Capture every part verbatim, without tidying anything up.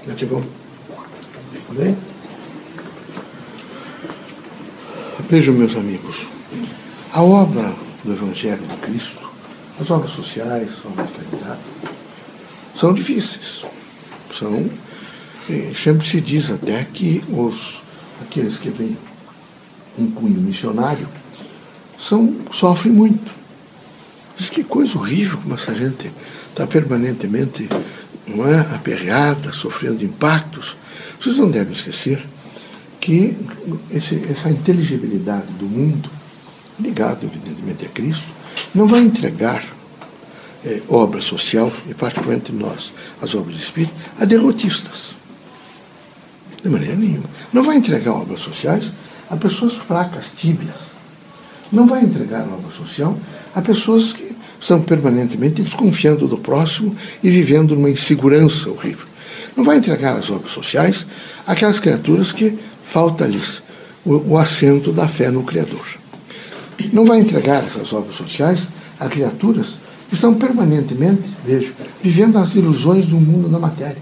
Aqui bom. Bem? Vejam, meus amigos, a obra do Evangelho de Cristo, as obras sociais, as obras de caridade, são difíceis. São, sempre se diz até que os, aqueles que vêm em cunho missionário são, sofrem muito. Diz que coisa horrível como essa gente está permanentemente, não é, aperreada, sofrendo impactos. Vocês não devem esquecer que esse, essa inteligibilidade do mundo, ligado evidentemente a Cristo, não vai entregar é, obra social, e particularmente nós, as obras de Espírito, a derrotistas. De maneira nenhuma. Não vai entregar obras sociais a pessoas fracas, tíbias. Não vai entregar obra social a pessoas que estão permanentemente desconfiando do próximo e vivendo numa insegurança horrível. Não vai entregar as obras sociais àquelas criaturas que falta-lhes o, o assento da fé no Criador. Não vai entregar essas obras sociais a criaturas que estão permanentemente, vejo, vivendo as ilusões do mundo da matéria.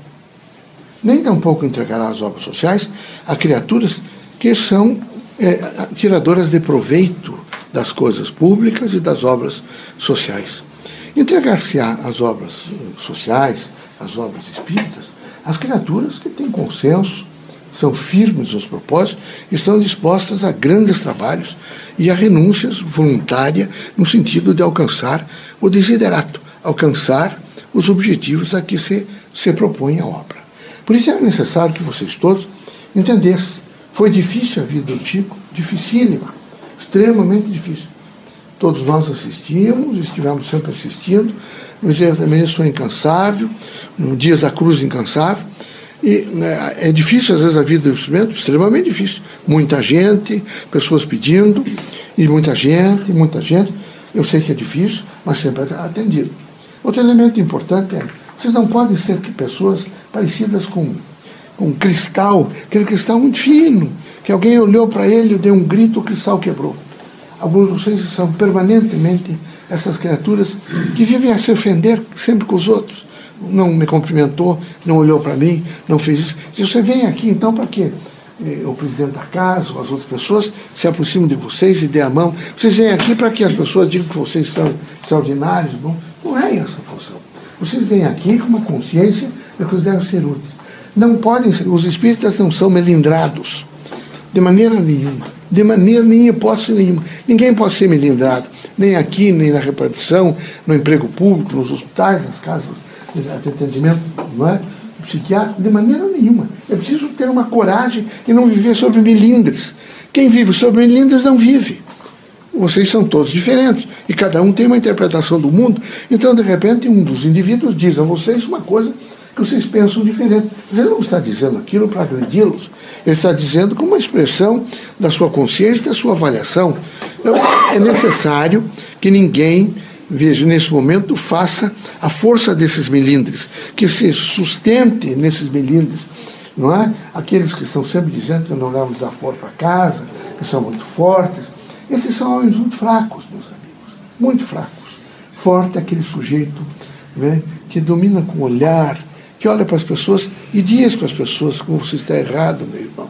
Nem tampouco entregará as obras sociais a criaturas que são é, tiradoras de proveito das coisas públicas e das obras sociais. Entregar-se-á as obras sociais, as obras espíritas, às criaturas que têm consenso, são firmes nos propósitos, estão dispostas a grandes trabalhos e a renúncias voluntárias no sentido de alcançar o desiderato, alcançar os objetivos a que se, se propõe a obra. Por isso é necessário que vocês todos entendessem. Foi difícil a vida do Chico, dificílima, extremamente difícil. Todos nós assistimos, estivemos sempre assistindo, o exercício foi incansável, no Dias da Cruz incansável, e né, é difícil às vezes a vida do instrumento, extremamente difícil. Muita gente, pessoas pedindo, e muita gente, muita gente. Eu sei que é difícil, mas sempre é atendido. Outro elemento importante é, vocês não podem ser pessoas parecidas com, com cristal, aquele cristal muito fino, que alguém olhou para ele, deu um grito, o cristal quebrou. Alguns de vocês são permanentemente essas criaturas que vivem a se ofender sempre com os outros. Não me cumprimentou, não olhou para mim, não fez isso. Se você vem aqui, então, para quê? O presidente da casa, ou as outras pessoas, se aproximam de vocês e dê a mão. Vocês vêm aqui para que as pessoas digam que vocês são extraordinários. Bom, não é essa a função. Vocês vêm aqui com uma consciência de que vocês devem ser úteis. Não podem ser, os espíritas não são melindrados. De maneira nenhuma. De maneira nem hipótese nenhuma. Ninguém pode ser melindrado. Nem aqui, nem na repartição, no emprego público, nos hospitais, nas casas de atendimento, não é? Psiquiátrico, de maneira nenhuma. É preciso ter uma coragem e não viver sobre melindres. Quem vive sobre melindres não vive. Vocês são todos diferentes. E cada um tem uma interpretação do mundo. Então, de repente, um dos indivíduos diz a vocês uma coisa que vocês pensam diferente. Mas ele não está dizendo aquilo para agredi-los. Ele está dizendo como uma expressão da sua consciência, da sua avaliação. Então, é necessário que ninguém, veja, nesse momento, faça a força desses melindres, que se sustente nesses melindres, não é? Aqueles que estão sempre dizendo que não levam desaforo para casa, que são muito fortes. Esses são homens muito fracos, meus amigos, muito fracos. Forte é aquele sujeito, né, que domina com o olhar, que olha para as pessoas e diz para as pessoas como você está errado, meu irmão,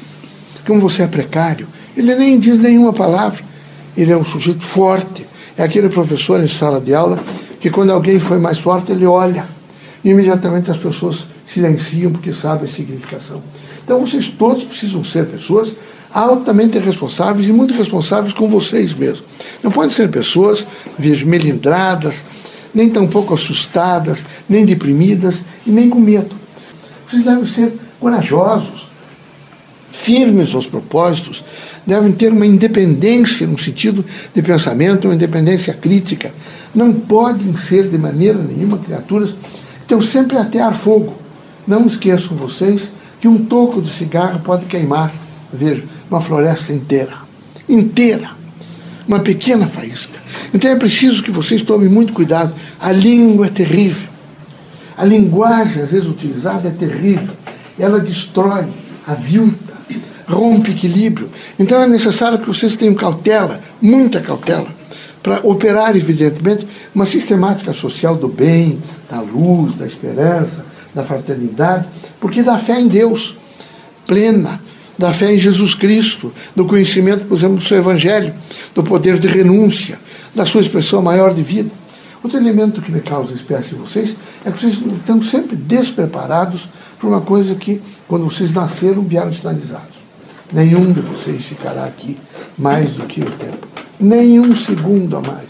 como você é precário. Ele nem diz nenhuma palavra. Ele é um sujeito forte. É aquele professor em sala de aula que quando alguém foi mais forte, ele olha. E imediatamente as pessoas silenciam porque sabem a significação. Então vocês todos precisam ser pessoas altamente responsáveis e muito responsáveis com vocês mesmos. Não podem ser pessoas, vejo, melindradas, nem tampouco assustadas, nem deprimidas e nem com medo. Vocês devem ser corajosos, firmes aos propósitos, devem ter uma independência no sentido de pensamento, uma independência crítica. Não podem ser de maneira nenhuma criaturas que estão sempre a atear fogo. Não esqueçam vocês que um toco de cigarro pode queimar, veja, uma floresta inteira. Inteira. Uma pequena faísca. Então é preciso que vocês tomem muito cuidado. A língua é terrível. A linguagem, às vezes, utilizada é terrível. Ela destrói, avilta, rompe equilíbrio. Então é necessário que vocês tenham cautela, muita cautela, para operar, evidentemente, uma sistemática social do bem, da luz, da esperança, da fraternidade, porque da fé em Deus plena, da fé em Jesus Cristo, do conhecimento, por exemplo, do seu Evangelho, do poder de renúncia, da sua expressão maior de vida. Outro elemento que me causa espécie em vocês é que vocês estão sempre despreparados para uma coisa que, quando vocês nasceram, vieram sinalizados. Nenhum de vocês ficará aqui mais do que o tempo. Nenhum segundo a mais.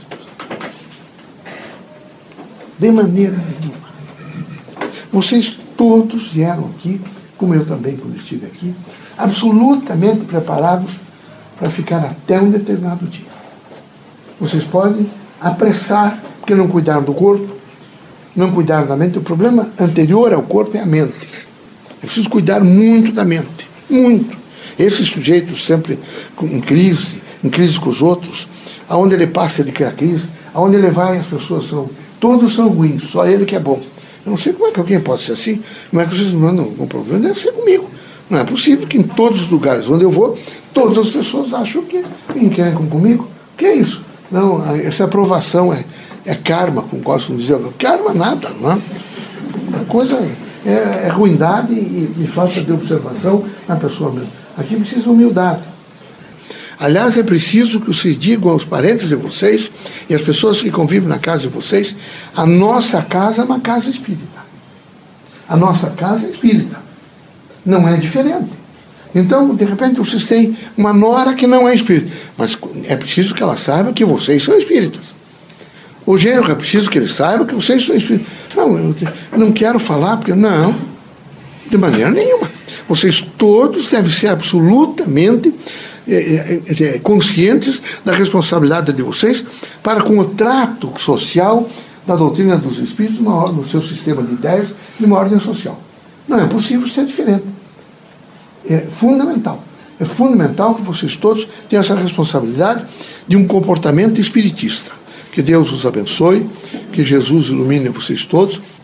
De maneira nenhuma. Vocês todos vieram aqui, como eu também quando estive aqui, absolutamente preparados para ficar até um determinado dia. Vocês podem apressar, porque não cuidaram do corpo, não cuidaram da mente. O problema anterior ao corpo é a mente. É preciso cuidar muito da mente, muito. Esse sujeito sempre em crise, em crise com os outros, aonde ele passa ele cria crise, aonde ele vai as pessoas são, todos são ruins, só ele que é bom. Eu não sei como é que alguém pode ser assim, como é que vocês não mandam um problema, deve ser comigo. Não é possível que em todos os lugares onde eu vou, todas as pessoas acham que me querem comigo. O que é isso? Não, essa aprovação é, é karma, como gostam de dizer. Karma nada, não é? A coisa é, é ruindade e, e falta de observação na pessoa mesmo. Aqui precisa humildade. Aliás, é preciso que vocês digam aos parentes de vocês e às pessoas que convivem na casa de vocês, a nossa casa é uma casa espírita. A nossa casa é espírita. Não é diferente. Então, de repente, vocês têm uma nora que não é espírita. Mas é preciso que ela saiba que vocês são espíritas. O genro é preciso que ele saiba que vocês são espíritas. Não, eu não quero falar, porque não, de maneira nenhuma. Vocês todos devem ser absolutamente é, é, conscientes da responsabilidade de vocês para com o trato social da doutrina dos espíritos no seu sistema de ideias de uma ordem social. Não é possível ser diferente. É fundamental. É fundamental que vocês todos tenham essa responsabilidade de um comportamento espiritista. Que Deus os abençoe, que Jesus ilumine vocês todos.